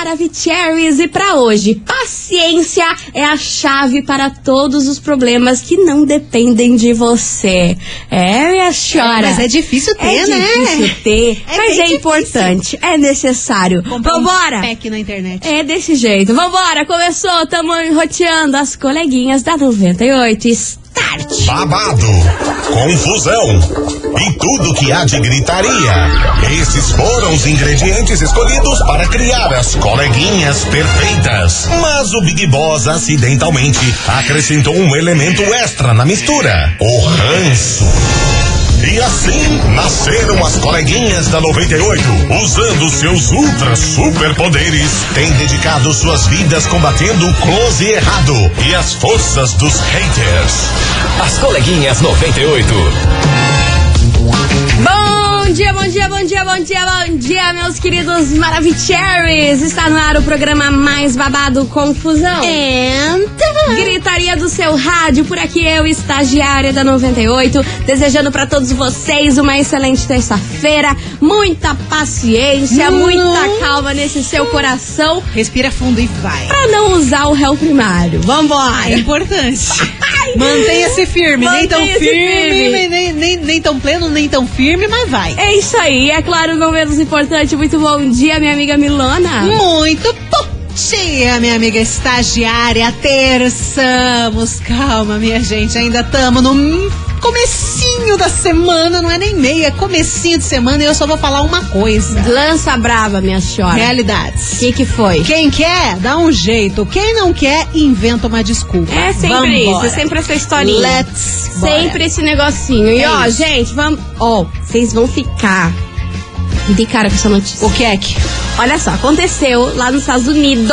Maravicheries, e pra hoje, paciência é a chave para todos os problemas que não dependem de você. Minha senhora. Mas é difícil ter, né? É difícil ter, mas é importante, é necessário. Vambora! Pack na internet. É desse jeito. Vambora, começou, tamo enroteando as coleguinhas da 98. Start! Babado, confusão e tudo que há de gritaria. Esses foram os ingredientes escolhidos para criar as coleguinhas perfeitas. Mas o Big Boss acidentalmente acrescentou um elemento extra na mistura: o ranço. E assim nasceram as coleguinhas da 98, usando seus ultra superpoderes, têm dedicado suas vidas combatendo o close e errado e as forças dos haters. As coleguinhas 98. Bom dia, bom dia, bom dia, bom dia, bom dia, meus queridos Maravicheries. Está no ar o programa mais babado, Confusão. Gritaria do seu rádio, por aqui eu, estagiária da 98, desejando pra todos vocês uma excelente terça-feira, muita paciência, muita calma nesse seu coração. Respira fundo e vai. Pra não usar o réu primário. Vambora. É importante. Mantenha-se firme, nem tão firme, nem tão pleno, nem tão firme, mas vai. É isso aí, é claro, não menos importante. Muito bom dia, minha amiga Milona. Muito bom dia, minha amiga estagiária. Terçamos, calma, minha gente, ainda estamos no comecinho da semana, não é nem meio, é comecinho de semana, e eu só vou falar uma coisa. Lança brava, minha senhora. Realidades. O que foi? Quem quer, dá um jeito. Quem não quer, inventa uma desculpa. É sempre isso, é sempre essa historinha. Let's sempre bora. Esse negocinho. E ó, isso. gente, vamos... vocês vão ficar de cara com essa notícia. O que é que? Olha só, aconteceu lá nos Estados Unidos.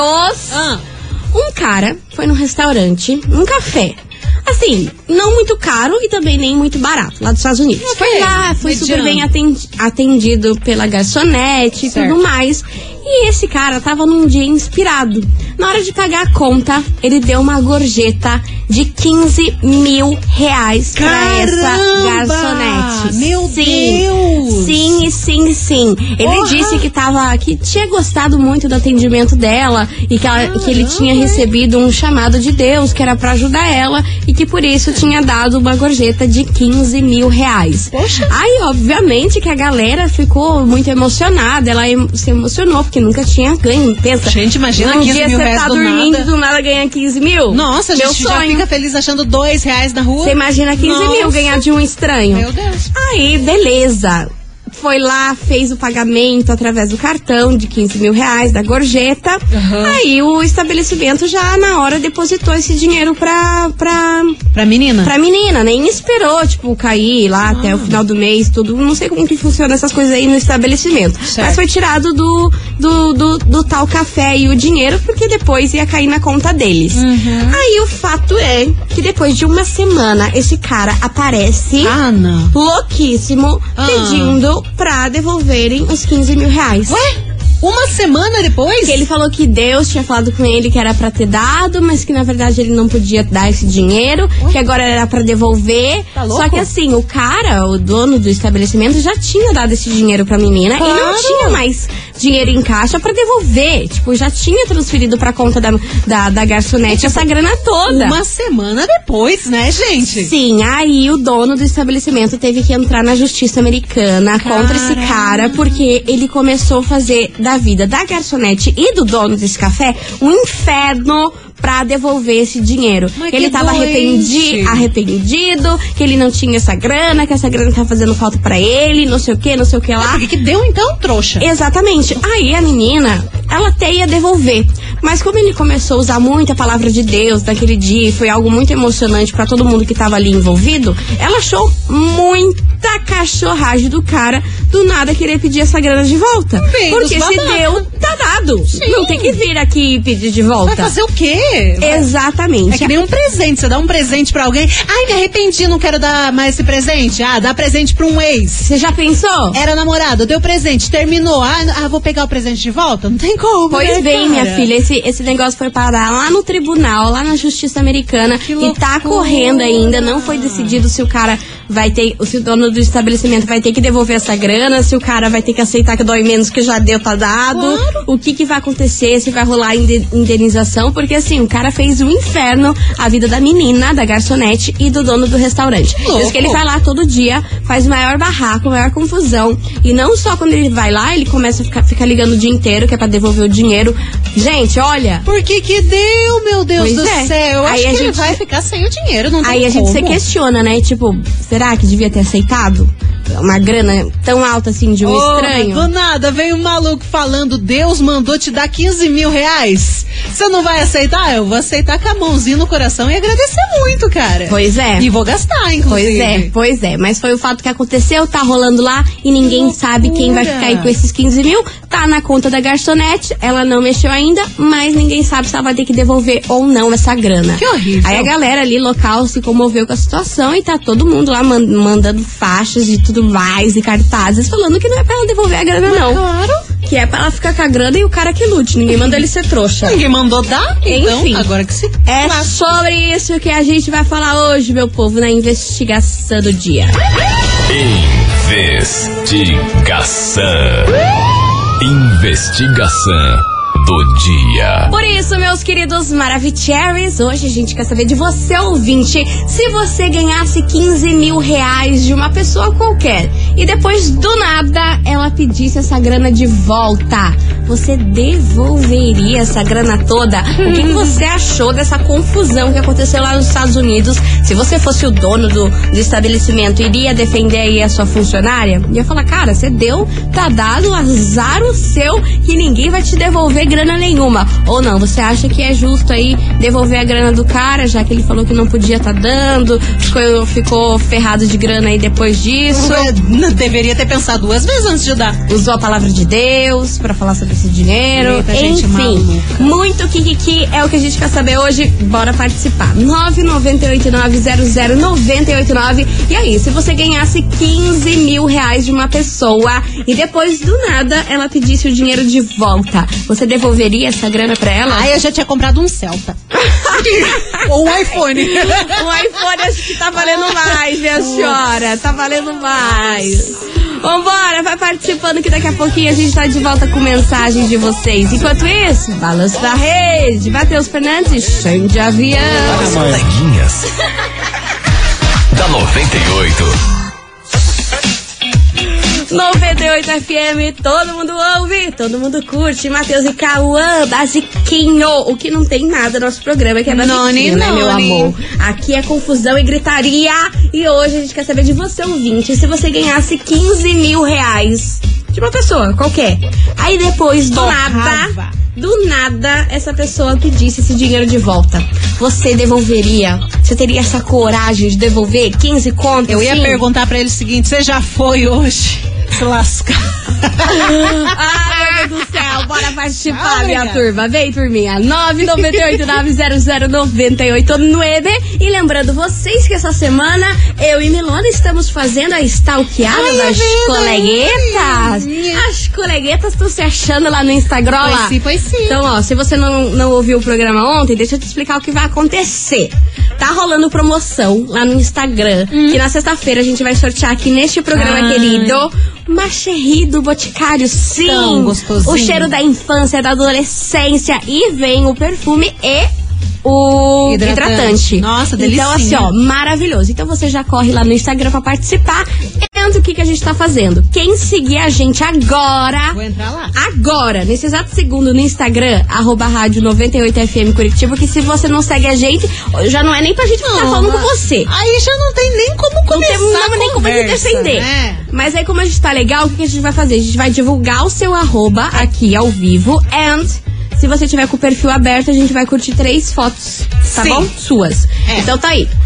Um cara foi num restaurante, num café. Assim, não muito caro e também nem muito barato, lá dos Estados Unidos. Okay. Foi lá, foi super bem atendido pela garçonete e tudo mais. E esse cara tava num dia inspirado. Na hora de pagar a conta, ele deu uma gorjeta de 15 mil reais pra essa garçonete. Meu Deus! Sim. Ele disse que tinha gostado muito do atendimento dela e que ele tinha recebido um chamado de Deus que era pra ajudar ela e que por isso tinha dado uma gorjeta de 15 mil reais. Poxa. Aí, obviamente, que a galera ficou muito emocionada, ela se emocionou, porque nunca tinha ganho. Pensa, gente, imagina 15 mil reais você tá do dormindo nada. do nada ganha 15 mil. Nossa, a gente já fica feliz achando R$2 na rua. Você imagina 15 mil ganhar de um estranho. Meu Deus. Aí, beleza. Foi lá, fez o pagamento através do cartão de 15 mil reais da gorjeta. Aí o estabelecimento já na hora depositou esse dinheiro pra menina? Pra menina, nem esperou, tipo, cair lá até o final do mês, tudo. Não sei como que funciona essas coisas aí no estabelecimento. Certo. Mas foi tirado do tal café e o dinheiro, porque depois ia cair na conta deles. Aí o fato é que depois de uma semana, esse cara aparece não. louquíssimo, pedindo pra devolverem os 15 mil reais. Ué? Uma semana depois? Que ele falou que Deus tinha falado com ele que era pra ter dado, mas que na verdade ele não podia dar esse dinheiro, que agora era pra devolver. Tá louco? Só que assim, o cara, o dono do estabelecimento, já tinha dado esse dinheiro pra menina e não tinha mais dinheiro em caixa pra devolver. Tipo, já tinha transferido pra conta da garçonete essa grana toda. Uma semana depois, né, gente? Sim, aí o dono do estabelecimento teve que entrar na justiça americana contra esse cara, porque ele começou a fazer da vida da garçonete e do dono desse café um inferno pra devolver esse dinheiro. Ele tava arrependido, que ele não tinha essa grana, que essa grana tava fazendo falta pra ele, não sei o que lá. Por que deu então, trouxa? Exatamente. Aí a menina, ela até ia devolver. Mas como ele começou a usar muito a palavra de Deus naquele dia, e foi algo muito emocionante pra todo mundo que tava ali envolvido, ela achou muita cachorragem do cara do nada querer pedir essa grana de volta. Porque se deu, tá dado. Sim. Não tem que vir aqui e pedir de volta. Vai fazer o quê? devolver. Exatamente. É que nem um presente. Você dá um presente pra alguém. Ai, me arrependi, não quero dar mais esse presente. Ah, dá presente pra um ex. Você já pensou? Era namorado, deu presente, terminou. Ah, vou pegar o presente de volta? Não tem como. Pois bem, cara? minha filha, esse negócio foi parar lá no tribunal, lá na Justiça Americana, Que e tá loucura. correndo ainda. Não foi decidido se o cara vai ter, se o dono do estabelecimento vai ter que devolver essa grana, se o cara vai ter que aceitar que dói menos que já deu, tá dado. Claro. O que vai acontecer, se vai rolar indenização, porque assim, o cara fez um inferno a vida da menina, da garçonete e do dono do restaurante. Por isso que ele vai lá todo dia, faz o maior barraco, maior confusão. E não só quando ele vai lá, ele começa a ficar ligando o dia inteiro, que é pra devolver o dinheiro. Gente, olha. Por que deu, meu Deus Pois do é. céu? Eu Aí acho a que ele gente- vai ficar sem o dinheiro, não tem Aí a gente se como. questiona, né? Tipo, será que devia ter aceitado uma grana tão alta assim de um estranho? Do nada, vem um maluco falando, Deus mandou te dar 15 mil reais. Você não vai aceitar? Eu vou aceitar com a mãozinha no coração e agradecer muito, cara. Pois é. E vou gastar, inclusive. Pois é. Mas foi o fato que aconteceu, tá rolando lá e ninguém sabe quem vai ficar aí com esses 15 mil. Tá na conta da garçonete, ela não mexeu ainda, mas ninguém sabe se ela vai ter que devolver ou não essa grana. Que horrível. Aí a galera ali local se comoveu com a situação e tá todo mundo lá mandando faixas e tudo mais e cartazes falando que não é pra ela devolver a grana, não. Claro. Que é pra ela ficar com a grana e o cara que lute. Ninguém manda ele ser trouxa. Ninguém mandou dar, então Enfim. agora que se... É sobre isso que a gente vai falar hoje, meu povo, na investigação do dia. Investigação. Investigação do dia. Por isso, meus queridos Maravicheries, hoje a gente quer saber de você, ouvinte, se você ganhasse 15 mil reais de uma pessoa qualquer e depois, do nada, ela pedisse essa grana de volta, você devolveria essa grana toda? O que você achou dessa confusão que aconteceu lá nos Estados Unidos? Se você fosse o dono do estabelecimento, iria defender aí a sua funcionária? Ia falar, cara, você deu, tá dado, azar o seu, que ninguém vai te devolver grana nenhuma. Ou não, você acha que é justo aí devolver a grana do cara, já que ele falou que não podia tá dando, ficou ferrado de grana aí depois disso? Deveria ter pensado 2 vezes antes de dar. Usou a palavra de Deus pra falar sobre esse dinheiro. Eita, gente Enfim, maluca. muito kikiki é o que a gente quer saber hoje. Bora participar. 998900989. E aí, se você ganhasse 15 mil reais de uma pessoa e depois do nada ela pedisse o dinheiro de volta, você devolveria essa grana pra ela? Ai, eu já tinha comprado um Celta. Ou um iPhone. O iPhone acho que tá valendo mais, minha senhora. Tá valendo mais. Vambora, vai participando que daqui a pouquinho a gente tá de volta com mensagens de vocês. Enquanto isso, balanço da rede, Matheus Fernandes, chão de avião. As coleguinhas. Da 98. 98 FM, todo mundo ouve, todo mundo curte. Matheus e Cauã, basiquinho. O que não tem nada no nosso programa, que é basiquinho, né, meu amor? Aqui é confusão e gritaria. E hoje a gente quer saber de você, ouvinte, se você ganhasse 15 mil reais de uma pessoa qualquer. Aí depois, do nada, essa pessoa pedisse esse dinheiro de volta. Você devolveria? Você teria essa coragem de devolver 15 contos? Eu ia perguntar pra ele o seguinte, você já foi hoje? Se lascar. Ai, meu Deus do céu, bora participar, minha Obrigada. turma. Vem, turminha. 998-900-989. E lembrando vocês que essa semana eu e Milona estamos fazendo a stalkeada das coleguetas. As coleguetas estão se achando lá no Instagram. Lá. Pois sim. Então, ó, se você não ouviu o programa ontem, deixa eu te explicar o que vai acontecer. Tá rolando promoção lá no Instagram, que na sexta-feira a gente vai sortear aqui neste programa, querido, Macherry do Boticário. Sim, Tão gostosinho. o cheiro da infância, da adolescência, e vem o perfume e o hidratante. Nossa, Então, assim, delicinha. ó, maravilhoso. Então você já corre lá no Instagram pra participar. E o que a gente tá fazendo? Quem seguir a gente agora... Vou entrar lá. Agora, nesse exato segundo, no Instagram, @rádio 98FM Curitiba, que se você não segue a gente, já não é nem pra gente ficar falando com você. Aí já não tem nem como Não começar temos a nem como te conversa, defender. né? Mas aí, como a gente tá legal, o que a gente vai fazer? A gente vai divulgar o seu arroba aqui ao vivo. And se você tiver com o perfil aberto, a gente vai curtir 3 fotos, tá Sim. bom? Suas. É. Então tá aí.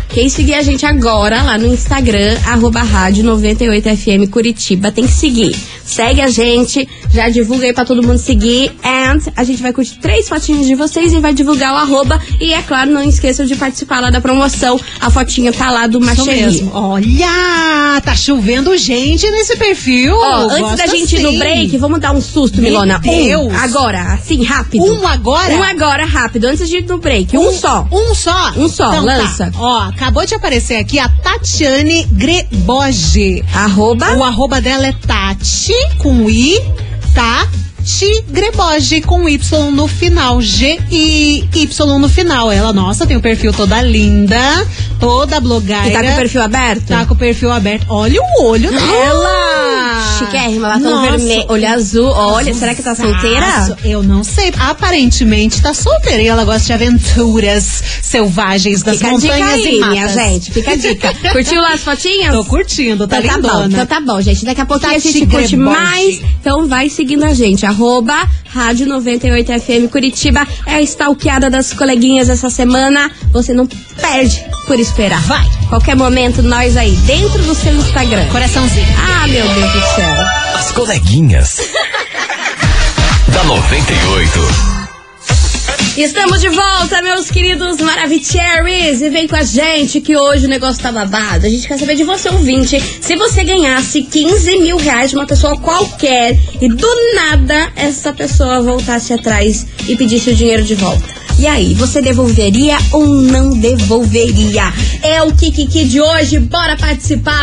Quem seguir a gente agora lá no Instagram, @rádio 98FM Curitiba, tem que seguir. Segue a gente, já divulga aí pra todo mundo seguir. And a gente vai curtir 3 fotinhas de vocês e vai divulgar o @. E é claro, não esqueçam de participar lá da promoção. A fotinha tá lá do Machery. Olha, tá chovendo gente nesse perfil. Ó, antes da gente ir no break, vamos dar um susto, Milona. Deus. Agora, assim, rápido. Um agora? Um agora, rápido, antes de ir no break. Um só. Um só? Um só, então, lança. Tá. Ó, acabou de aparecer aqui a Tatiane Greboge. O arroba dela é Tati, com I, Tati Greboge, com Y no final, G-I-Y no final. Ela, nossa, tem o perfil toda linda, toda blogueira. E tá com o perfil aberto? Tá com o perfil aberto. Olha o olho dela. Chiquérrima, batom vermelho, olho azul. Olha, será que tá solteira? Eu não sei. Aparentemente tá solteira e ela gosta de aventuras selvagens das montanhas e matas. Minha gente, fica a dica. Curtiu lá as fotinhas? Tô curtindo, tá então, lindona. Então tá bom, gente. Daqui a pouquinho a gente Greboge. curte mais. Então vai seguindo a gente. Rádio 98FM Curitiba é a stalkeada das coleguinhas essa semana. Você não perde por esperar. Vai. Qualquer momento, nós aí, dentro do seu Instagram. Coraçãozinho. Ah, meu Deus do céu. As coleguinhas da 98. Estamos de volta, meus queridos Maravicheries. E vem com a gente que hoje o negócio tá babado. A gente quer saber de você, ouvinte. Se você ganhasse 15 mil reais de uma pessoa qualquer e do nada essa pessoa voltasse atrás e pedisse o dinheiro de volta. E aí, você devolveria ou não devolveria? É o Kikiki de hoje. Bora participar.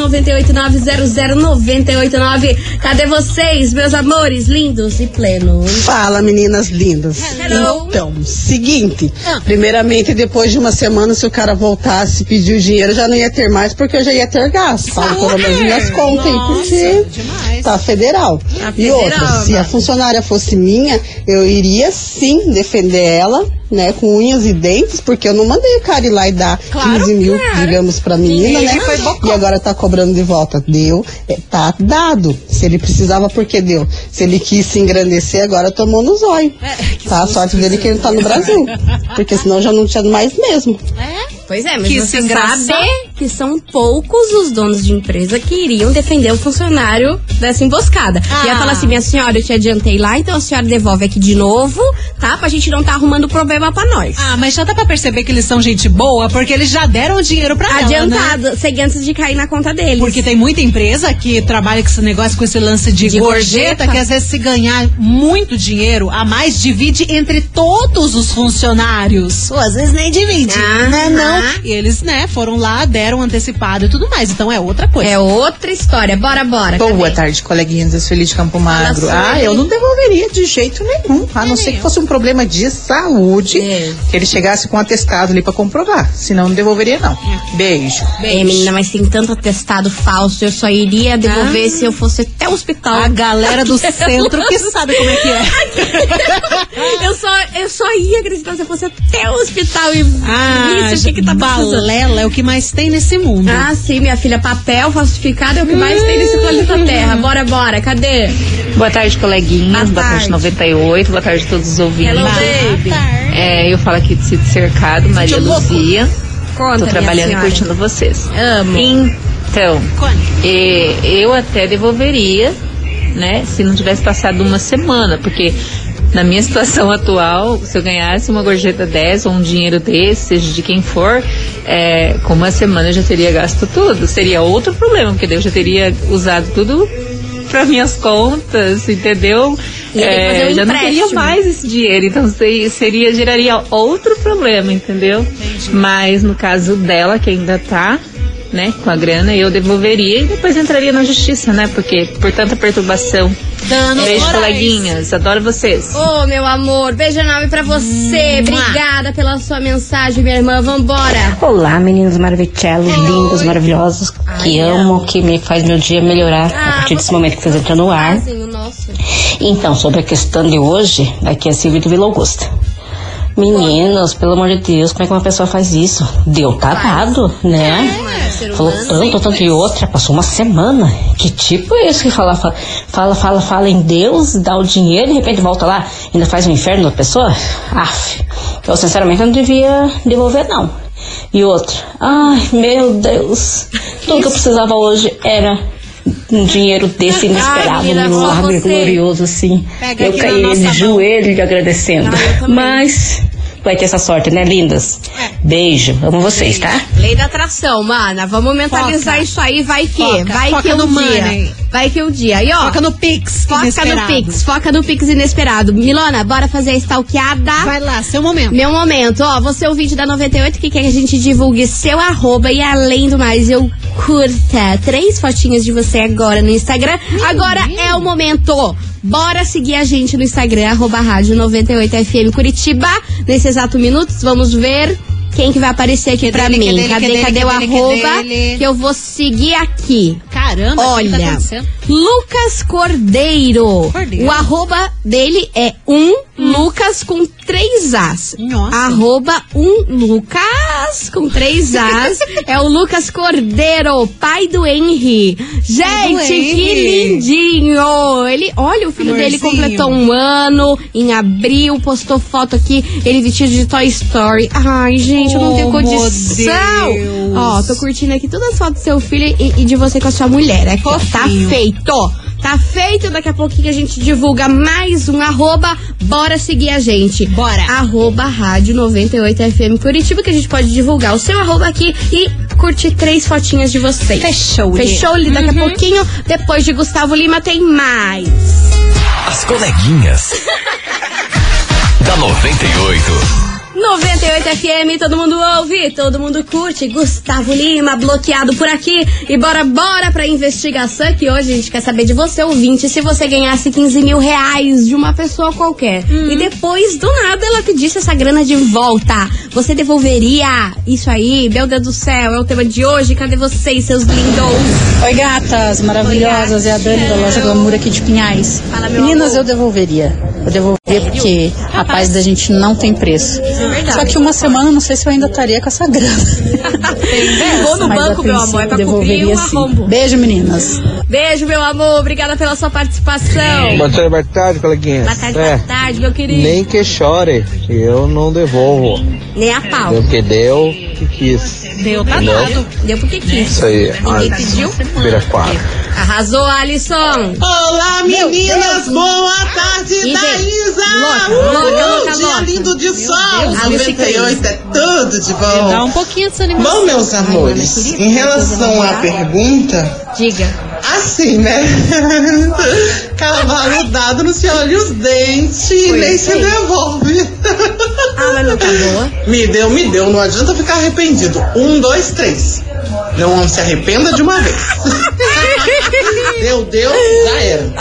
998900989. Cadê vocês, meus amores lindos e plenos? Fala, meninas lindas. Hello. Então, seguinte. Primeiramente, depois de uma semana, se o cara voltasse e pedir o dinheiro, já não ia ter mais, porque eu já ia ter gasto. Pago pelo menos minhas contas aí, porque demais. tá federal. E outra, se a funcionária fosse minha, eu iria sim defender ela, né, com unhas e dentes, porque eu não mandei o cara ir lá e dar 15 mil, digamos, pra menina, né? E agora tá cobrando de volta. Deu, tá dado. Se ele precisava, porque deu. Se ele quis se engrandecer, agora tomou no zóio. Tá? A sorte dele que ele tá no Brasil. Porque senão já não tinha mais mesmo. Pois é, mas Que você engraçado. sabe que são poucos os donos de empresa que iriam defender o funcionário dessa emboscada. E ia falar assim, minha senhora, eu te adiantei lá, então a senhora devolve aqui de novo, tá? Pra gente não tá arrumando problema pra nós. Mas já dá pra perceber que eles são gente boa, porque eles já deram o dinheiro pra ela, Adiantado, né? segue antes de cair na conta deles. Porque tem muita empresa que trabalha com esse negócio, com esse lance de gorjeta, que às vezes se ganhar muito dinheiro a mais, divide entre todos os funcionários. Ou às vezes nem divide, né? Não. E eles, né, foram lá, deram antecipado e tudo mais. Então é outra coisa. É outra história. Bora. Boa tarde, coleguinhas das Feliz de Campo Magro. Eu não devolveria de jeito nenhum. A não ser que fosse um problema de saúde, que ele chegasse com um atestado ali pra comprovar. Senão não devolveria, não. Beijo. Menina, mas tem tanto atestado falso. Eu só iria devolver se eu fosse até o hospital. A galera do centro que sabe como é que é. eu só ia acreditar se eu fosse até o hospital e isso, o que tá precisando. Balela é o que mais tem nesse mundo. Sim, minha filha, papel falsificado é o que mais tem nesse planeta Terra. Bora, cadê? Boa tarde, coleguinhas. Boa tarde, 98. Boa tarde a todos os ouvintes. Hello, baby. Eu falo aqui de Sítio Cercado, Maria Luzia. Conta, Tô trabalhando e minha curtindo vocês. Amo. Então, eu até devolveria, né, se não tivesse passado uma semana, porque na minha situação atual, se eu ganhasse uma gorjeta dessa ou um dinheiro desse, seja de quem for, com uma semana eu já teria gasto tudo. Seria outro problema, porque daí eu já teria usado tudo para minhas contas, entendeu? Já não teria mais esse dinheiro, então geraria outro problema, entendeu? Entendi. Mas no caso dela, que ainda tá, né, com a grana, eu devolveria e depois entraria na justiça, né? Porque por tanta perturbação. Beijo, coleguinhas. Adoro vocês. Meu amor. Beijo enorme pra você. Obrigada pela sua mensagem, minha irmã. Vambora. Olá, meninos maravilhosos, lindos, maravilhosos, que amo, que me faz meu dia melhorar a partir desse momento que vocês entram no ar. Então, sobre a questão de hoje, aqui é Silvia do Vila Augusta. Meninos, pelo amor de Deus, como é que uma pessoa faz isso? Deu, tá dado, né? Falou tanto e outra, passou uma semana. Que tipo é esse que fala em Deus, dá o dinheiro e de repente volta lá, ainda faz um inferno da pessoa? Eu sinceramente não devia devolver, não. E outra, ai, meu Deus, tudo que eu precisava hoje era um dinheiro desse inesperado, um milagre glorioso, assim. Eu caí de joelho lhe agradecendo. Mas vai ter essa sorte, né, lindas? Beijo, amo vocês, tá? Lei da atração, mana. Vamos mentalizar isso aí, vai que um dia. Vai que um dia. E ó, foca no Pix inesperado. Foca no Pix inesperado. Milona, bora fazer a stalkeada? Vai lá, seu momento. Meu momento. Ó, você é o vídeo da 98 que quer que a gente divulgue seu arroba e além do mais, eu curta 3 fotinhas de você agora no Instagram. Agora é o momento. Bora seguir a gente no Instagram, Rádio 98FM Curitiba. Nesse exato minuto, vamos ver quem que vai aparecer aqui pra mim. Cadê o arroba que eu vou seguir aqui? Caramba, olha, tá Lucas Cordeiro. O arroba dele é Lucas com 3 As. Nossa. Arroba Lucas com 3 As. É o Lucas Cordeiro, pai do Henry. Gente, que lindinho. Olha, o filho dele completou 1 ano em abril, postou foto aqui, ele vestido de Toy Story. Ai, gente, eu não tenho condição. Ó, tô curtindo aqui todas as fotos do seu filho e de você com a sua mulher. Aqui, ó, tá feito. Tá feito, daqui a pouquinho a gente divulga mais um arroba. Bora seguir a gente. Bora. Arroba Rádio 98FM Curitiba, que a gente pode divulgar o seu arroba aqui e curtir 3 fotinhas de vocês. Fechou, Li. Daqui a pouquinho, depois de Gustavo Lima, tem mais. As coleguinhas da 98. 98 FM, todo mundo ouve, todo mundo curte. Gustavo Lima, bloqueado por aqui. E bora pra investigação, que hoje a gente quer saber de você, ouvinte, se você ganhasse 15 mil reais de uma pessoa qualquer. E depois, do nada, ela pedisse essa grana de volta. Você devolveria isso aí? Meu Deus do céu, é o tema de hoje. Cadê vocês, seus lindos? Oi, gatas maravilhosas. É a Dani da loja Glamour aqui de Pinhais. Fala, meninas, eu devolveria. Porque a paz da gente não tem preço. Só que uma semana, não sei se eu ainda estaria com essa grana. Vou no banco, meu amor, é pra cumprir um arrombo. Beijo, meninas. Beijo, meu amor, obrigada pela sua participação. Boa tarde, coleguinha. Boa tarde, meu querido. Nem que chore, eu não devolvo. Nem a pau. Deu que deu, que quis. Deu, tá dado. Deu porque quis. Isso aí. Ninguém pediu. Vira 4. Arrasou, Alisson. Olá, meninas, boa tarde, Daísa. Louca. Dia lindo de sol. 98 é tudo de bom. Dá um pouquinho dessa animação. Bom, meus amores, em relação à pergunta... Diga. Assim, né? Cavalo dado não se olha os dentes e nem se devolve. Mas não tá boa. Me deu, não adianta ficar arrependido. 1, 2, 3. Não se arrependa de uma vez. Deu, já era.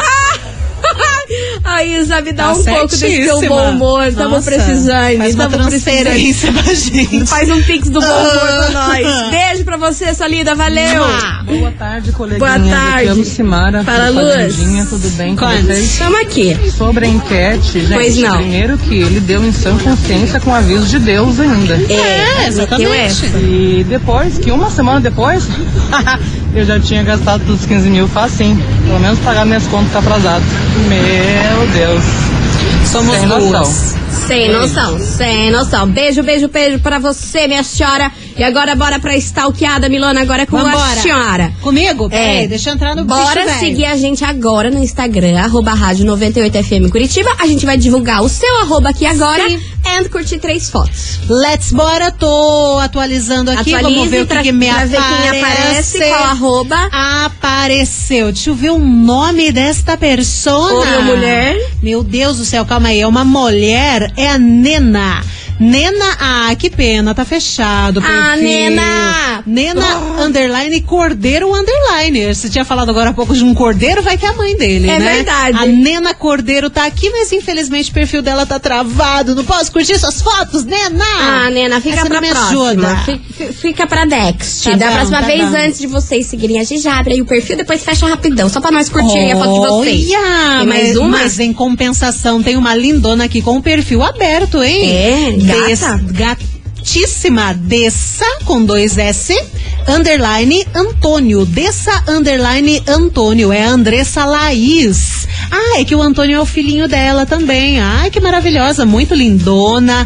A Isa, me dá um pouco desse seu bom humor. Estamos precisando. Faz uma transferência pra gente. Faz um pix do bom humor pra nós. Beijo pra você, sua linda. Valeu. Boa tarde, coleguinha. Boa tarde. Aqui é Lucimara. Fala, Luz. Tudo bem com vocês? Estamos aqui. Sobre a enquete, gente. Pois não. Primeiro que ele deu em sã consciência com aviso de Deus ainda. Exatamente. E depois, que uma semana depois, eu já tinha gastado todos os 15 mil facinho. Pelo menos pagar minhas contas atrasadas. Meu Deus. Somos sem duas. Sem noção. Beijo pra você, minha senhora. E agora bora pra stalkeada, Milona, agora é com a senhora. Comigo? Deixa eu entrar no Bora bicho, seguir a gente agora no Instagram, Rádio 98FM Curitiba. A gente vai divulgar o seu arroba aqui agora. Sim. E curtir 3 fotos. Bora, tô atualizando aqui. Vamos ver o que me aparece. Ver quem aparece, qual arroba. Apareceu. Deixa eu ver o nome desta persona. Ou mulher. Meu Deus do céu, calma aí. É uma mulher, é a Nena. Nena, que pena, tá fechado. Nena! Underline Cordeiro Underline. Você tinha falado agora há pouco de um cordeiro, vai que é a mãe dele, né? É verdade. A Nena Cordeiro tá aqui, mas infelizmente o perfil dela tá travado. Não posso curtir suas fotos, Nena! Nena, fica pra próxima. Fica pra next. Da próxima vez, antes de vocês seguirem, a gente já abre aí o perfil, depois fecha rapidão, só pra nós curtirem a foto de vocês. Tem mais uma? Mas em compensação, tem uma lindona aqui com o perfil aberto, hein? Gatíssima, Dessa, com 2 S, underline Antônio. Dessa, underline Antônio. É a Andressa Laís. É que o Antônio é o filhinho dela também. Ai, que maravilhosa, muito lindona,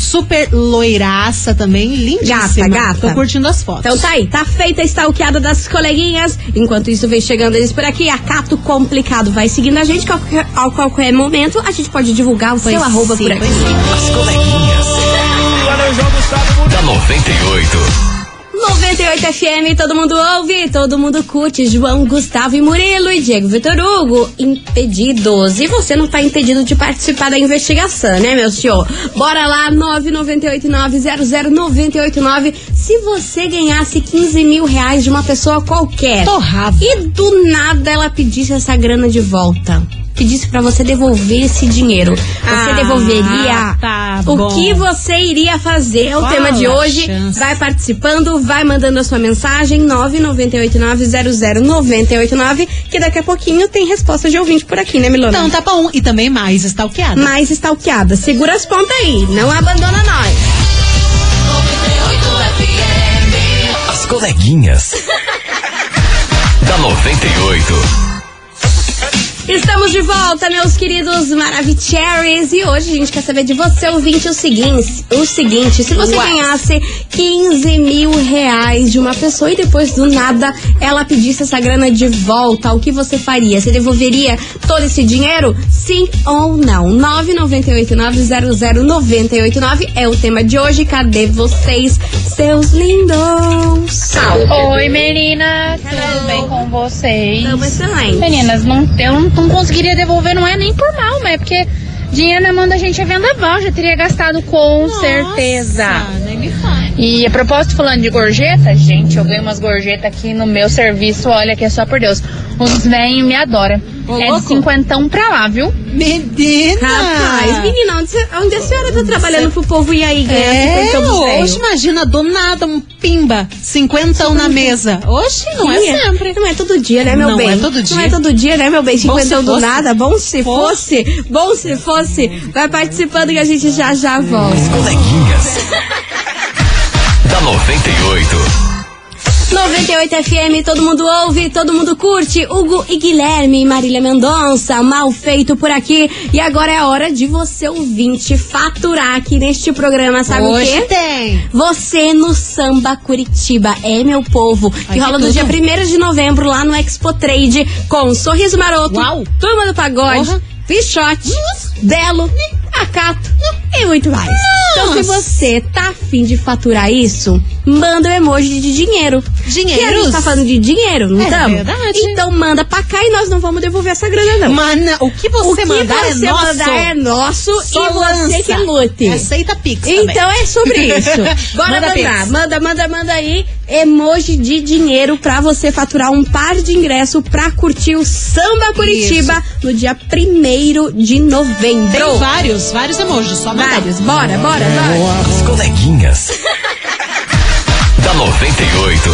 super loiraça também, lindíssima. Gata. Tô curtindo as fotos. Então tá aí, tá feita a stalkeada das coleguinhas. Enquanto isso, vem chegando eles por aqui. A Cato Complicado vai seguindo a gente, que a qualquer momento a gente pode divulgar o seu arroba por aqui. As coleguinhas da 98. 98 FM, todo mundo ouve, todo mundo curte. João, Gustavo e Murilo e Diego Vitor Hugo, impedidos. E você não tá impedido de participar da investigação, né, meu senhor? Bora lá, 998900989. Se você ganhasse 15 mil reais de uma pessoa qualquer, torrava, e do nada ela pedisse essa grana de volta, pedisse pra você devolver esse dinheiro, você devolveria? O que você iria fazer? É o tema de hoje. Vai participando, vai mandando a sua mensagem 998900989, que daqui a pouquinho tem resposta de ouvinte por aqui, né, Milona? Então tá bom, e também mais stalkeada. Mais stalkeada. Segura as pontas aí, não abandona nós. As coleguinhas da 98. Estamos de volta, meus queridos Maravicheries, e hoje a gente quer saber de você, ouvinte, o seguinte, se você ganhasse 15 mil reais de uma pessoa e depois do nada ela pedisse essa grana de volta, o que você faria? Você devolveria todo esse dinheiro? Sim ou não? 998900989 é o tema de hoje. Cadê vocês, seus lindos? Oi, meninas, tudo bem com vocês? Estamos excelente. Meninas, eu não conseguiria devolver, não é nem por mal, mas é porque dinheiro na mão da gente é vendaval, já teria gastado com certeza. Nem me fala. E a propósito, falando de gorjeta, gente, eu ganho umas gorjetas aqui no meu serviço, olha que é só por Deus. Os velhos me adoram. É de 50 pra lá, viu? Menina! Rapaz, menina, onde a senhora tá trabalhando pro povo e aí ganha 50 dos velhos? Hoje, imagina, do nada, um pimba, 50 na mesa. Hoje não é sempre. Não é todo dia, né, meu bem? Não é todo dia. Não é todo dia, né, meu bem? 50 do nada, bom se fosse. Vai participando que a gente já volta. As coleguinhas da 98. 98 FM, todo mundo ouve, todo mundo curte. Hugo e Guilherme e Marília Mendonça, mal feito por aqui. E agora é a hora de você, ouvinte, faturar aqui neste programa, sabe o quê? Tem. Você no Samba Curitiba, meu povo. Que rola no dia 1º de novembro lá no Expo Trade, com Sorriso Maroto, Turma do Pagode, Pichote, Belo, Acato e muito mais. Então, se você tá afim de faturar isso, manda o emoji de dinheiro. Dinheiro? Que a gente tá falando de dinheiro, não estamos? É verdade. Então manda pra cá e nós não vamos devolver essa grana, não. Mana, o que você mandar é nosso. Só e você que lute. Aceita Pix então é sobre isso. Bora mandar. Manda aí emoji de dinheiro pra você faturar um par de ingresso pra curtir o Samba Curitiba no dia 1º de novembro. Tem vários emojis, só mandar. Bora. As coleguinhas da 98.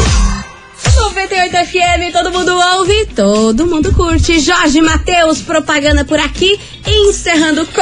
98 FM, todo mundo ouve, todo mundo curte. Jorge Mateus, propaganda por aqui, encerrando com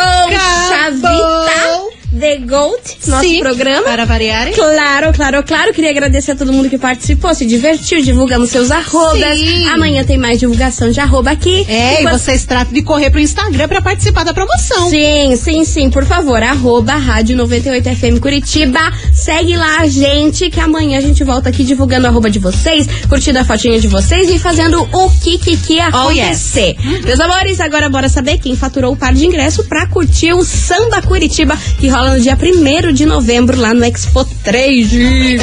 Chavita The Gold, nosso programa. Para variar. Claro. Queria agradecer a todo mundo que participou, se divertiu, divulgamos seus arrobas. Sim. Amanhã tem mais divulgação de arroba aqui. E vocês tratam de correr pro Instagram pra participar da promoção. Sim, por favor, arroba Rádio 98 FM Curitiba. Segue lá a gente, que amanhã a gente volta aqui divulgando o arroba de vocês, curtindo a fotinha de vocês e fazendo o que acontecer. Meus amores, agora bora saber quem faturou o par de ingresso pra curtir o Samba Curitiba, que rola no dia 1º de novembro lá no Expo Trade.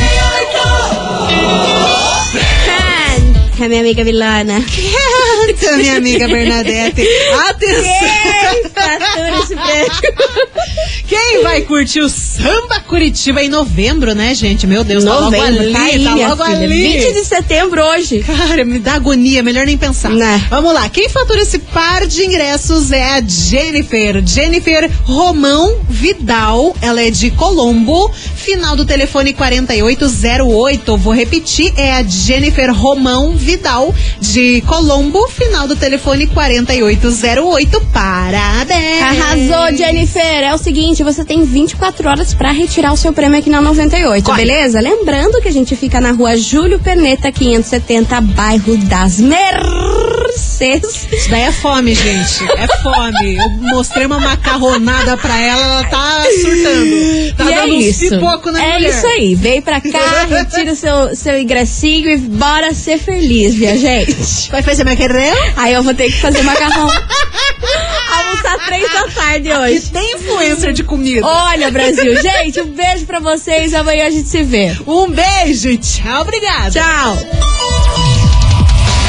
É minha amiga Vilana. É minha amiga Bernadette. Atenção! Quem fatura esse prêmio? Quem vai curtir o Samba Curitiba em novembro, né, gente? Meu Deus, novembro, tá logo ali, tá aí, logo ali. 20 de setembro hoje. Cara, me dá agonia, melhor nem pensar. Vamos lá, quem fatura esse par de ingressos é a Jennifer Romão Vidal. Ela é de Colombo, final do telefone 4808. Vou repetir, é a Jennifer Romão Vidal, de Colombo, final do telefone 4808. Parabéns! Arrasou, Jennifer! É o seguinte, você tem 24 horas pra retirar o seu prêmio aqui na 98, beleza? Lembrando que a gente fica na rua Júlio Perneta, 570, bairro das Mercedes. vocês. Isso daí é fome, gente. É fome. Eu mostrei uma macarronada pra ela tá surtando. Tá e dando uns pipoco na mulher. É isso aí. Vem pra cá, retira o seu ingressinho e bora ser feliz, minha gente. Vai fazer macarrão? Aí eu vou ter que fazer macarrão. Almoçar 3 da tarde hoje. Que tem influencer de comida. Olha, Brasil. Gente, um beijo pra vocês. Amanhã a gente se vê. Um beijo. Tchau, obrigada. Tchau.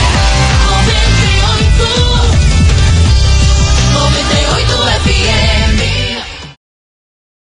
98 FM.